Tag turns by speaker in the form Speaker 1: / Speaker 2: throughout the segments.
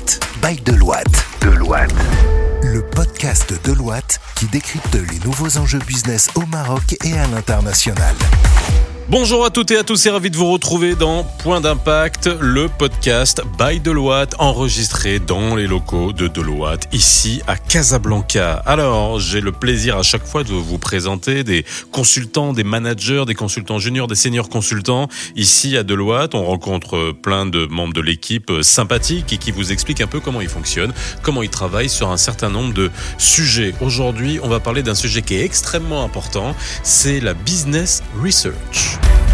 Speaker 1: Impact by Deloitte. Le podcast Deloitte qui décrypte les nouveaux enjeux business au Maroc et à l'international.
Speaker 2: Bonjour à toutes et à tous et ravi de vous retrouver dans Point d'Impact, le podcast by Deloitte, enregistré dans les locaux de Deloitte, ici à Casablanca. Alors, j'ai le plaisir à chaque fois de vous présenter des consultants, des managers, des consultants juniors, des seniors consultants. Ici à Deloitte, on rencontre plein de membres de l'équipe sympathiques et qui vous expliquent un peu comment ils fonctionnent, comment ils travaillent sur un certain nombre de sujets. Aujourd'hui, on va parler d'un sujet qui est extrêmement important, c'est la business research.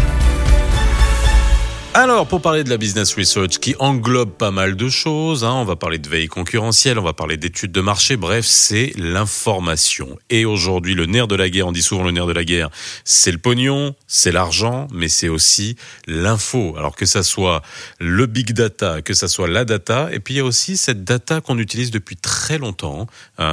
Speaker 2: Alors, pour parler de la business research qui englobe pas mal de choses, on va parler de veille concurrentielle, on va parler d'études de marché, bref, c'est l'information. Et aujourd'hui, le nerf de la guerre, on dit souvent le nerf de la guerre, c'est le pognon, c'est l'argent, mais c'est aussi l'info. Alors que ça soit le big data, que ça soit la data, et puis il y a aussi cette data qu'on utilise depuis très longtemps,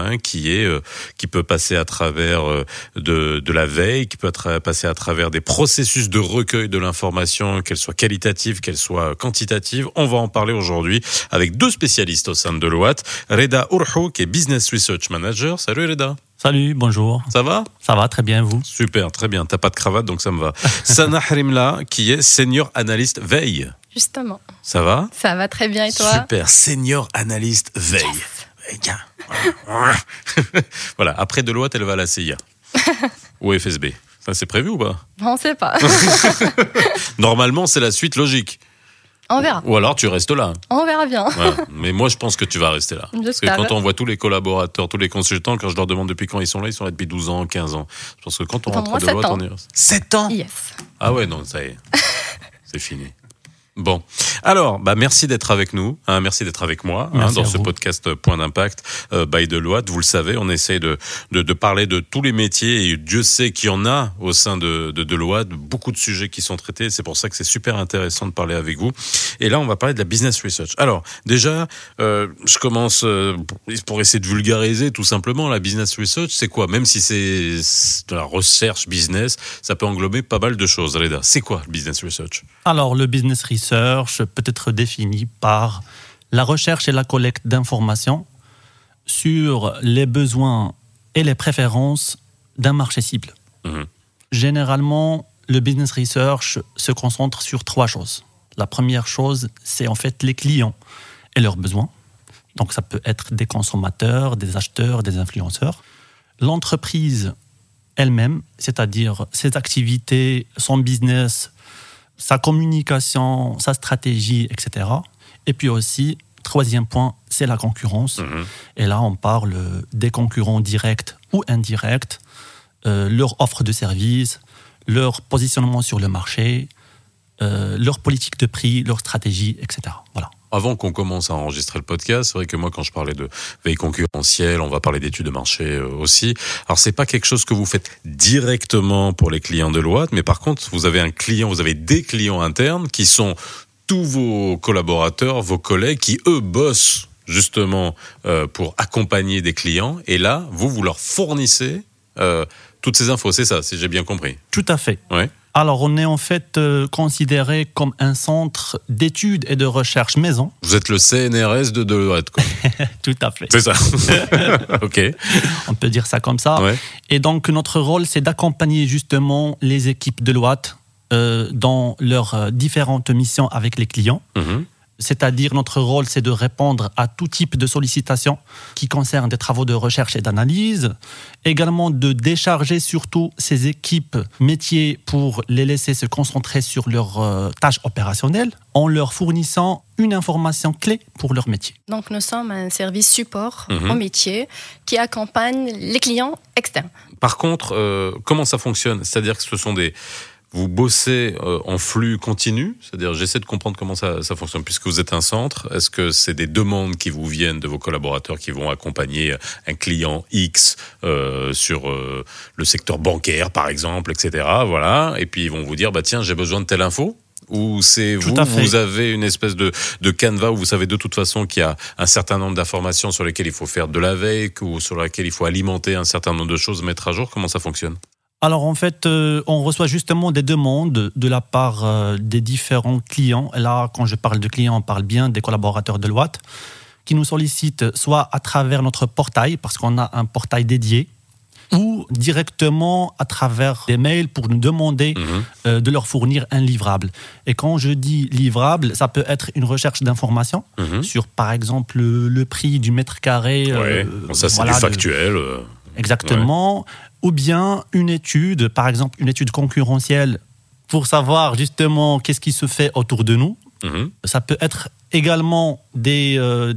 Speaker 2: qui peut passer à travers de la veille, qui peut passer à travers des processus de recueil de l'information, qu'elle soit qualitative, qu'elle soit quantitative. On va en parler aujourd'hui avec deux spécialistes au sein de Deloitte. Reda Ourhou, qui est Business Research Manager. Salut Reda.
Speaker 3: Salut, bonjour.
Speaker 2: Ça va ?
Speaker 3: Ça va, très bien, vous ?
Speaker 2: Super, très bien. T'as pas de cravate, donc ça me va. Sana Harimla, qui est Senior Analyste Veille.
Speaker 4: Justement.
Speaker 2: Ça va ?
Speaker 4: Ça va très bien, et toi ?
Speaker 2: Super, Senior Analyste Veille. Yes. Voilà, après Deloitte, elle va à la CIA. Ou FSB. Ça, c'est prévu ou pas ?
Speaker 4: On sait pas.
Speaker 2: Normalement, c'est la suite logique.
Speaker 4: On verra.
Speaker 2: Ou alors, tu restes là.
Speaker 4: On verra bien.
Speaker 2: Voilà. Mais moi, je pense que tu vas rester là.
Speaker 4: J'espère.
Speaker 2: Parce que quand on voit tous les collaborateurs, tous les consultants, quand je leur demande depuis quand ils sont là depuis 12 ans, 15 ans. Je pense que quand on rentre à Deloitte, on est... 7 ans ?
Speaker 4: Yes.
Speaker 2: Ah ouais, non, ça y est. C'est fini. Bon, alors, merci d'être avec nous, merci d'être avec moi dans ce podcast Point d'Impact by Deloitte. Vous le savez, on essaie de parler de tous les métiers et Dieu sait qu'il y en a au sein de Deloitte, beaucoup de sujets qui sont traités. C'est pour ça que c'est super intéressant de parler avec vous. Et là, on va parler de la business research. Alors, déjà, je commence pour essayer de vulgariser tout simplement. La business research, c'est quoi ? Même si c'est de la recherche business, ça peut englober pas mal de choses. Reda, c'est quoi le business research ?
Speaker 3: Alors, le business research peut être défini par la recherche et la collecte d'informations sur les besoins et les préférences d'un marché cible. Généralement, le business research se concentre sur 3 choses. La première chose, c'est en fait les clients et leurs besoins. Donc, ça peut être des consommateurs, des acheteurs, des influenceurs. L'entreprise elle-même, c'est-à-dire ses activités, son business, sa communication, sa stratégie, etc. Et puis aussi, 3e point, c'est la concurrence. Et là, on parle des concurrents directs ou indirects, leur offre de services, leur positionnement sur le marché, leur politique de prix, leur stratégie, etc. Voilà.
Speaker 2: Avant qu'on commence à enregistrer le podcast, c'est vrai que moi, quand je parlais de veille concurrentielle, on va parler d'études de marché aussi. Alors, c'est pas quelque chose que vous faites directement pour les clients de Deloitte, mais par contre, vous avez des clients internes qui sont tous vos collaborateurs, vos collègues, qui eux bossent justement pour accompagner des clients. Et là, vous leur fournissez toutes ces infos. C'est ça, si j'ai bien compris.
Speaker 3: Tout à fait.
Speaker 2: Ouais.
Speaker 3: Alors, on est en fait considéré comme un centre d'études et de recherche maison.
Speaker 2: Vous êtes le CNRS de Deloitte, quoi.
Speaker 3: Tout à fait.
Speaker 2: C'est ça. Ok.
Speaker 3: On peut dire ça comme ça.
Speaker 2: Ouais.
Speaker 3: Et donc, notre rôle, c'est d'accompagner justement les équipes Deloitte dans leurs différentes missions avec les clients. C'est-à-dire, notre rôle, c'est de répondre à tout type de sollicitations qui concernent des travaux de recherche et d'analyse. Également, de décharger surtout ces équipes métiers pour les laisser se concentrer sur leurs tâches opérationnelles en leur fournissant une information clé pour leur métier.
Speaker 4: Donc, nous sommes un service support au métier qui accompagne les clients externes.
Speaker 2: Par contre, comment ça fonctionne ? C'est-à-dire que ce sont vous bossez en flux continu, c'est-à-dire j'essaie de comprendre comment ça fonctionne. Puisque vous êtes un centre, est-ce que c'est des demandes qui vous viennent de vos collaborateurs qui vont accompagner un client X sur le secteur bancaire, par exemple, etc. Voilà, et puis ils vont vous dire, tiens, j'ai besoin de telle info ? Ou c'est vous avez une espèce de canevas où vous savez de toute façon qu'il y a un certain nombre d'informations sur lesquelles il faut faire de la veille ou sur lesquelles il faut alimenter un certain nombre de choses, mettre à jour ? Comment ça fonctionne ?
Speaker 3: Alors en fait, on reçoit justement des demandes de la part des différents clients. Et là, quand je parle de clients, on parle bien des collaborateurs de Deloitte qui nous sollicitent soit à travers notre portail, parce qu'on a un portail dédié, ou directement à travers des mails pour nous demander de leur fournir un livrable. Et quand je dis livrable, ça peut être une recherche d'informations sur, par exemple, le prix du mètre carré.
Speaker 2: Ça, c'est du factuel.
Speaker 3: Exactement. Ou bien une étude, par exemple, une étude concurrentielle pour savoir justement qu'est-ce qui se fait autour de nous. Ça peut être également des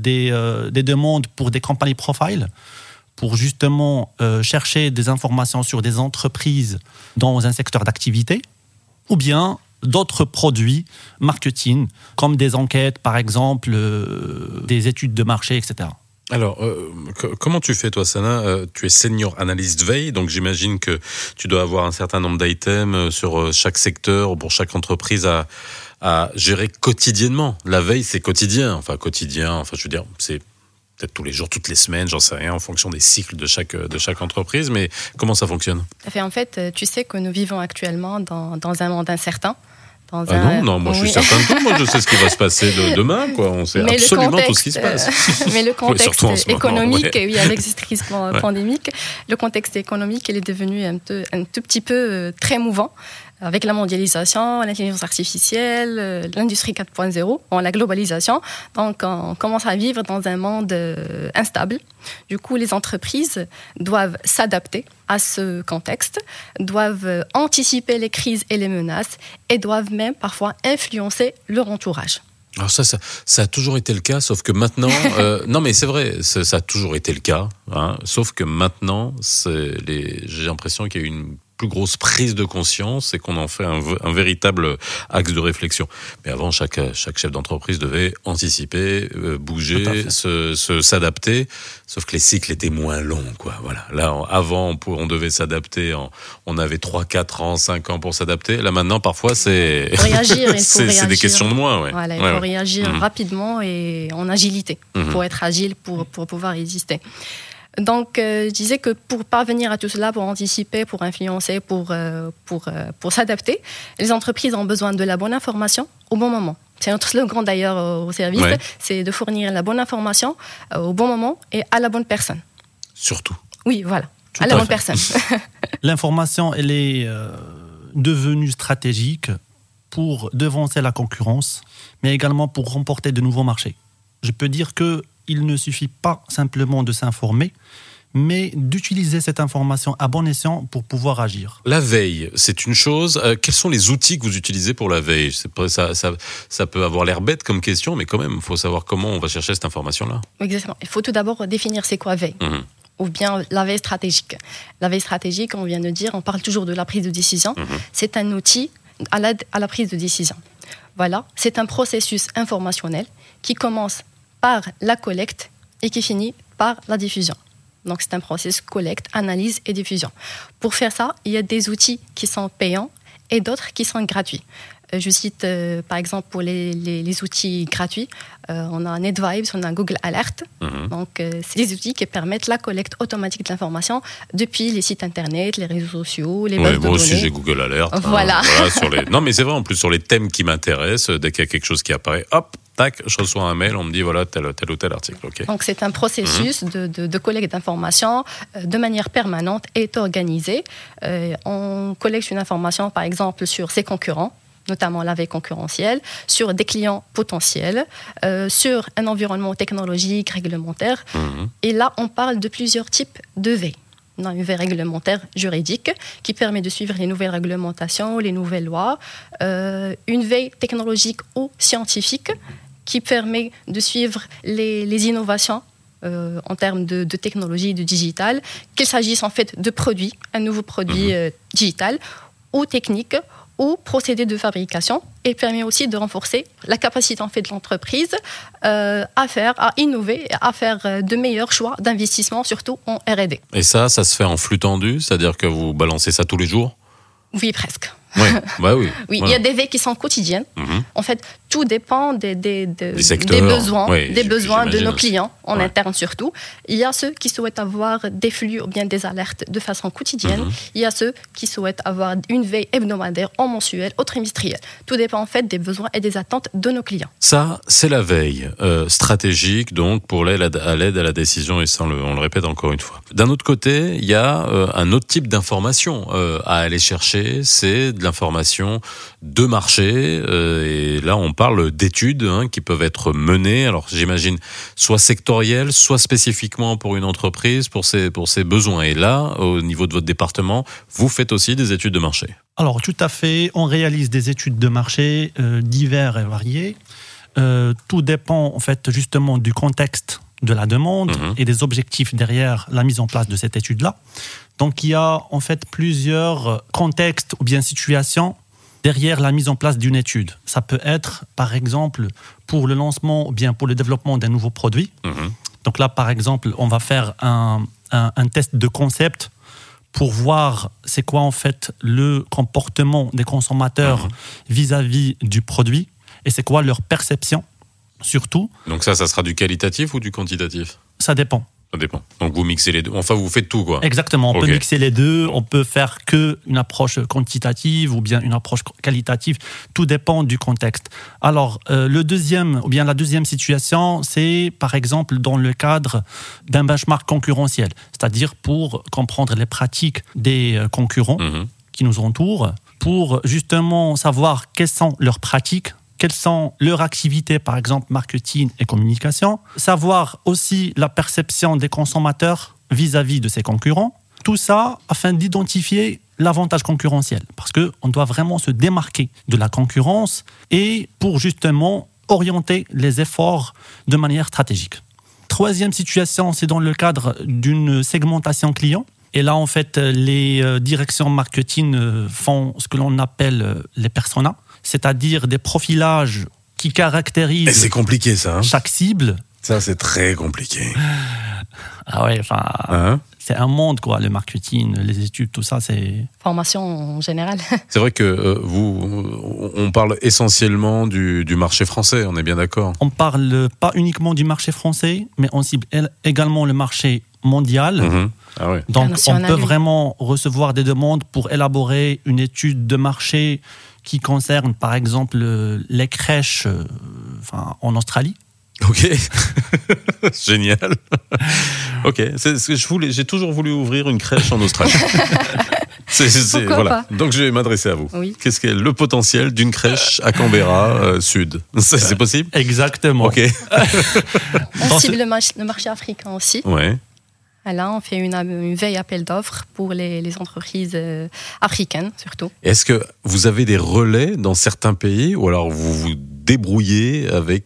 Speaker 3: demandes pour des compagnies profile, pour justement chercher des informations sur des entreprises dans un secteur d'activité, ou bien d'autres produits marketing, comme des enquêtes, par exemple, des études de marché, etc.
Speaker 2: Alors, comment tu fais, toi, Sana ? Tu es senior analyste veille, donc j'imagine que tu dois avoir un certain nombre d'items sur chaque secteur ou pour chaque entreprise à gérer quotidiennement. La veille, c'est quotidien. Enfin, je veux dire, c'est peut-être tous les jours, toutes les semaines, j'en sais rien, en fonction des cycles de chaque entreprise. Mais comment ça fonctionne ?
Speaker 4: En fait, tu sais que nous vivons actuellement dans un monde incertain.
Speaker 2: Non, moi je suis certain de tout. Moi je sais ce qui va se passer demain, quoi. On sait absolument tout ce qui se passe.
Speaker 4: Mais le contexte économique, avec cette crise pandémique, le contexte économique, il est devenu un tout petit peu très mouvant. Avec la mondialisation, l'intelligence artificielle, l'industrie 4.0, la globalisation. Donc, on commence à vivre dans un monde instable. Du coup, les entreprises doivent s'adapter à ce contexte, doivent anticiper les crises et les menaces et doivent même parfois influencer leur entourage.
Speaker 2: Alors ça a toujours été le cas, sauf que maintenant... non mais c'est vrai, ça a toujours été le cas, hein, sauf que maintenant, j'ai l'impression qu'il y a eu une plus grosse prise de conscience et qu'on en fait un véritable axe de réflexion. Mais avant, chaque chef d'entreprise devait anticiper, bouger, s'adapter, sauf que les cycles étaient moins longs, quoi. Voilà. Là, avant, on devait s'adapter, on avait 3, 4 ans, 5 ans pour s'adapter. Là, maintenant, parfois, c'est...
Speaker 4: Il faut réagir.
Speaker 2: C'est des questions de moins, ouais.
Speaker 4: Voilà, il faut réagir rapidement et en agilité, pour être agile, pour pouvoir résister. Donc, je disais que pour parvenir à tout cela, pour anticiper, pour influencer, pour s'adapter, les entreprises ont besoin de la bonne information au bon moment. C'est notre slogan d'ailleurs au service, c'est de fournir la bonne information au bon moment et à la bonne personne.
Speaker 2: Surtout.
Speaker 4: Oui, voilà, à la bonne personne.
Speaker 3: L'information, elle est devenue stratégique pour devancer la concurrence, mais également pour remporter de nouveaux marchés. Je peux dire qu'il ne suffit pas simplement de s'informer, mais d'utiliser cette information à bon escient pour pouvoir agir.
Speaker 2: La veille, c'est une chose. Quels sont les outils que vous utilisez pour la veille ? Ça peut avoir l'air bête comme question, mais quand même, il faut savoir comment on va chercher cette information-là.
Speaker 4: Exactement. Il faut tout d'abord définir c'est quoi veille. Ou bien la veille stratégique. La veille stratégique, on vient de dire, on parle toujours de la prise de décision. C'est un outil à l'aide à la prise de décision. Voilà, c'est un processus informationnel qui commence par la collecte et qui finit par la diffusion. Donc, c'est un processus collecte, analyse et diffusion. Pour faire ça, il y a des outils qui sont payants et d'autres qui sont gratuits. Je cite, par exemple, pour les outils gratuits, on a NetVibes, on a Google Alert. Donc, c'est des outils qui permettent la collecte automatique de l'information depuis les sites Internet, les réseaux sociaux, les bases de données.
Speaker 2: Moi aussi, j'ai Google Alert.
Speaker 4: Voilà.
Speaker 2: Non, mais c'est vrai, en plus, sur les thèmes qui m'intéressent, dès qu'il y a quelque chose qui apparaît, hop, tac, je reçois un mail, on me dit voilà tel ou tel article. Okay.
Speaker 4: Donc c'est un processus de collecte d'informations de manière permanente et organisée. On collecte une information par exemple sur ses concurrents, notamment la veille concurrentielle, sur des clients potentiels, sur un environnement technologique, réglementaire. Et là, on parle de plusieurs types de veille. On a une veille réglementaire juridique qui permet de suivre les nouvelles réglementations, les nouvelles lois. Une veille technologique ou scientifique qui permet de suivre les innovations en termes de technologie, de digital, qu'il s'agisse en fait de produits, un nouveau produit digital, ou technique, ou procédé de fabrication, et permet aussi de renforcer la capacité en fait de l'entreprise à innover, à faire de meilleurs choix d'investissement, surtout en R&D.
Speaker 2: Et ça se fait en flux tendu, c'est-à-dire que vous balancez ça tous les jours ?
Speaker 4: Oui, presque.
Speaker 2: Oui, bah oui.
Speaker 4: Oui, voilà. Il y a des veilles qui sont quotidiennes. En fait, tout dépend des besoins de nos clients, en interne surtout. Il y a ceux qui souhaitent avoir des flux ou bien des alertes de façon quotidienne. Il y a ceux qui souhaitent avoir une veille hebdomadaire, en mensuel, au trimestriel. Tout dépend en fait des besoins et des attentes de nos clients.
Speaker 2: Ça, c'est la veille stratégique, donc pour l'aide à la décision, et ça, on le répète encore une fois. D'un autre côté, il y a un autre type d'information à aller chercher, c'est de l'information de marché, et là, on parle d'études qui peuvent être menées, alors j'imagine, soit sectorielles, soit spécifiquement pour une entreprise, pour ses besoins. Et là, au niveau de votre département, vous faites aussi des études de marché.
Speaker 3: Alors, tout à fait. On réalise des études de marché divers et variées. Tout dépend, en fait, justement, du contexte de la demande et des objectifs derrière la mise en place de cette étude-là. Donc, il y a, en fait, plusieurs contextes ou bien situations derrière la mise en place d'une étude. Ça peut être, par exemple, pour le lancement ou bien pour le développement d'un nouveau produit. Donc là, par exemple, on va faire un test de concept pour voir c'est quoi, en fait, le comportement des consommateurs vis-à-vis du produit et c'est quoi leur perception, surtout. Donc
Speaker 2: ça sera du qualitatif ou du quantitatif ?
Speaker 3: Ça dépend.
Speaker 2: Ça dépend. Donc vous mixez les deux. Enfin, vous faites tout, quoi.
Speaker 3: Exactement. On peut mixer les deux. On peut faire une approche quantitative ou bien une approche qualitative. Tout dépend du contexte. Alors, la deuxième situation, c'est par exemple dans le cadre d'un benchmark concurrentiel, c'est-à-dire pour comprendre les pratiques des concurrents qui nous entourent, pour justement savoir quelles sont leurs pratiques, quelles sont leurs activités, par exemple marketing et communication, savoir aussi la perception des consommateurs vis-à-vis de ses concurrents, tout ça afin d'identifier l'avantage concurrentiel, parce qu'on doit vraiment se démarquer de la concurrence et pour justement orienter les efforts de manière stratégique. Troisième situation, c'est dans le cadre d'une segmentation client. Et là, en fait, les directions marketing font ce que l'on appelle les personas, c'est-à-dire des profilages qui caractérisent...
Speaker 2: Et c'est compliqué, ça.
Speaker 3: Chaque cible.
Speaker 2: Ça, c'est très compliqué.
Speaker 3: Ah ouais, enfin... C'est un monde, quoi, le marketing, les études, tout ça, c'est...
Speaker 4: Formation en général.
Speaker 2: C'est vrai que on parle essentiellement du marché français, on est bien d'accord ?
Speaker 3: On parle pas uniquement du marché français, mais on cible également le marché mondial.
Speaker 2: Ah ouais.
Speaker 3: Donc, on peut vraiment recevoir des demandes pour élaborer une étude de marché qui concerne, par exemple, les crèches en Australie.
Speaker 2: Ok, génial. Ok, c'est ce que j'ai toujours voulu ouvrir une crèche en Australie. Voilà. Donc je vais m'adresser à vous.
Speaker 4: Oui.
Speaker 2: Qu'est-ce qu'est le potentiel d'une crèche à Canberra Sud ? C'est possible ?
Speaker 3: Exactement.
Speaker 2: Ok.
Speaker 4: On cible le marché africain aussi.
Speaker 2: Ouais.
Speaker 4: Là, on fait une veille appel d'offres pour les entreprises africaines, surtout.
Speaker 2: Est-ce que vous avez des relais dans certains pays ou alors vous vous débrouillez avec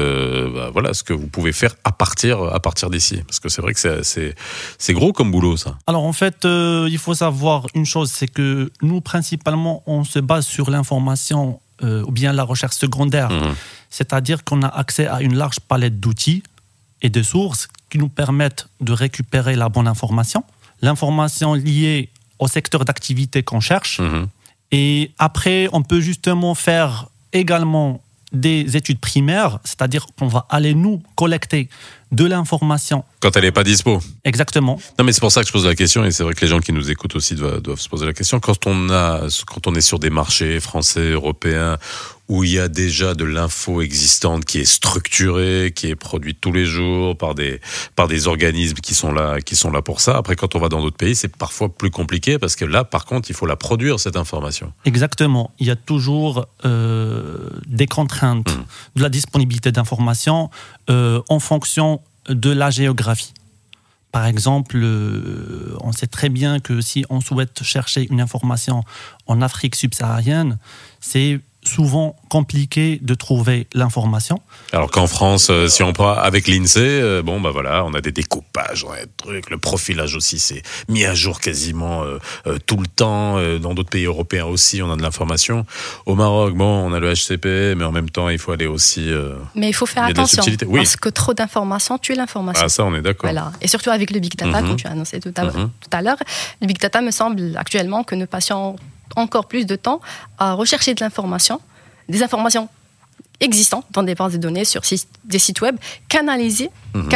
Speaker 2: ce que vous pouvez faire à partir d'ici ? Parce que c'est vrai que c'est gros comme boulot, ça.
Speaker 3: Alors, en fait, il faut savoir une chose, c'est que nous, principalement, on se base sur l'information ou bien la recherche secondaire. C'est-à-dire qu'on a accès à une large palette d'outils et de sources qui nous permettent de récupérer la bonne information, l'information liée au secteur d'activité qu'on cherche. Et après, on peut justement faire également des études primaires, c'est-à-dire qu'on va aller nous collecter de l'information.
Speaker 2: Quand elle n'est pas dispo.
Speaker 3: Exactement.
Speaker 2: Non, mais c'est pour ça que je pose la question, et c'est vrai que les gens qui nous écoutent aussi doivent se poser la question. Quand on est sur des marchés français, européens, où il y a déjà de l'info existante qui est structurée, qui est produite tous les jours par des organismes qui sont là pour ça. Après, quand on va dans d'autres pays, c'est parfois plus compliqué parce que là, par contre, il faut la produire, cette information.
Speaker 3: Exactement. Il y a toujours des contraintes de la disponibilité d'informations en fonction de la géographie. Par exemple, on sait très bien que si on souhaite chercher une information en Afrique subsaharienne, c'est souvent compliqué de trouver l'information.
Speaker 2: Alors qu'en France, si on prend avec l'INSEE, on a des découpages, on a des trucs, le profilage aussi, c'est mis à jour quasiment tout le temps. Dans d'autres pays européens aussi, on a de l'information. Au Maroc, on a le HCP, mais en même temps, il faut aller aussi...
Speaker 4: mais il faut faire attention, parce que trop d'informations tue l'information.
Speaker 2: Ah, ça, on est d'accord.
Speaker 4: Voilà. Et surtout avec le Big Data, comme tu as annoncé tout à l'heure. Le Big Data me semble actuellement que nous passions encore plus de temps à rechercher de l'information, des informations existants dans des bases de données, sur des sites web, canaliser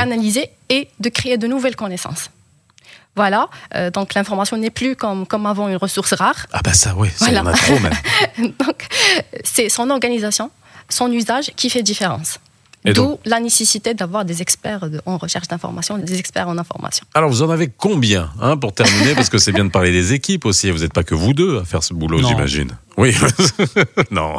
Speaker 4: et de créer de nouvelles connaissances. Voilà, donc l'information n'est plus comme avant une ressource rare.
Speaker 2: Ah bah ça, oui, ça, il y en a trop même.
Speaker 4: Donc, c'est son organisation, son usage qui fait différence. D'où la nécessité d'avoir des experts en recherche d'information, des experts en information.
Speaker 2: Alors, vous en avez combien, pour terminer? Parce que c'est bien de parler des équipes aussi. Vous n'êtes pas que vous deux à faire ce boulot,
Speaker 3: non.
Speaker 2: J'imagine. Oui, non.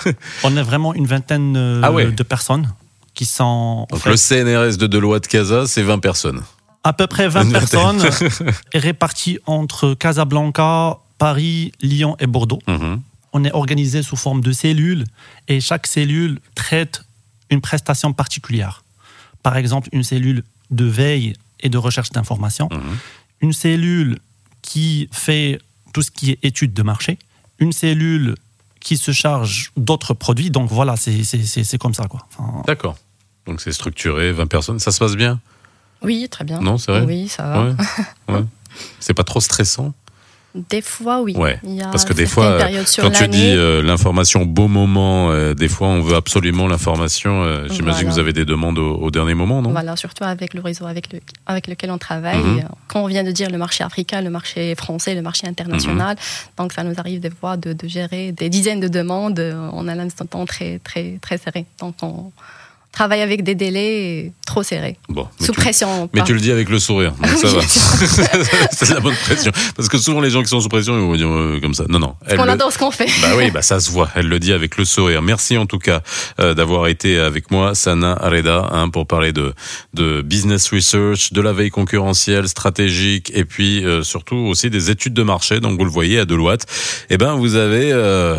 Speaker 3: On est vraiment une vingtaine de personnes qui sont...
Speaker 2: Donc, le CNRS de Deloitte Casa, c'est 20 personnes.
Speaker 3: À peu près 20 personnes réparties entre Casablanca, Paris, Lyon et Bordeaux. On est organisé sous forme de cellules et chaque cellule traite une prestation particulière. Par exemple, une cellule de veille et de recherche d'information, une cellule qui fait tout ce qui est étude de marché, une cellule qui se charge d'autres produits. Donc voilà, c'est comme ça, quoi. Enfin...
Speaker 2: D'accord. Donc c'est structuré, 20 personnes. Ça se passe bien?
Speaker 4: Oui, très bien.
Speaker 2: Non, c'est vrai?
Speaker 4: Oui, ça va.
Speaker 2: Ouais. C'est pas trop stressant?
Speaker 4: Des fois, oui.
Speaker 2: Ouais.
Speaker 4: Il y a
Speaker 2: parce que des fois, quand tu dis l'information beau moment, des fois on veut absolument l'information. J'imagine que vous avez des demandes au dernier moment, non?
Speaker 4: Voilà, surtout avec le réseau avec lequel on travaille. Quand on vient de dire le marché africain, le marché français, le marché international, donc ça nous arrive des fois de gérer des dizaines de demandes en un instant très, très, très serré. Donc on travaille avec des délais trop serrés, sous pression.
Speaker 2: Mais tu le dis avec le sourire, donc ça va. C'est la bonne pression. Parce que souvent les gens qui sont sous pression, ils vont dire comme ça. Non.
Speaker 4: On adore ce qu'on fait.
Speaker 2: Bah oui, ça se voit. Elle le dit avec le sourire. Merci en tout cas d'avoir été avec moi, Sana Reda, pour parler de business research, de la veille concurrentielle, stratégique, et puis surtout aussi des études de marché. Donc vous le voyez à Deloitte, vous avez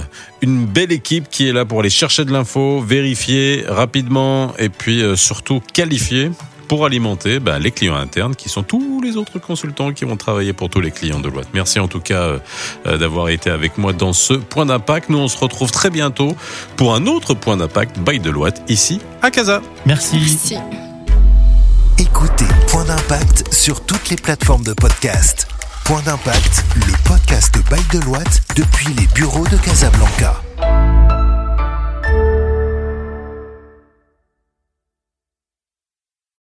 Speaker 2: une belle équipe qui est là pour aller chercher de l'info, vérifier rapidement et puis surtout qualifier pour alimenter les clients internes qui sont tous les autres consultants qui vont travailler pour tous les clients de Deloitte. Merci en tout cas d'avoir été avec moi dans ce Point d'Impact. Nous, on se retrouve très bientôt pour un autre Point d'Impact by Deloitte ici à Casa.
Speaker 3: Merci.
Speaker 1: Écoutez Point d'Impact sur toutes les plateformes de podcast. Point d'Impact, le podcast by Deloitte depuis les bureaux de Casablanca.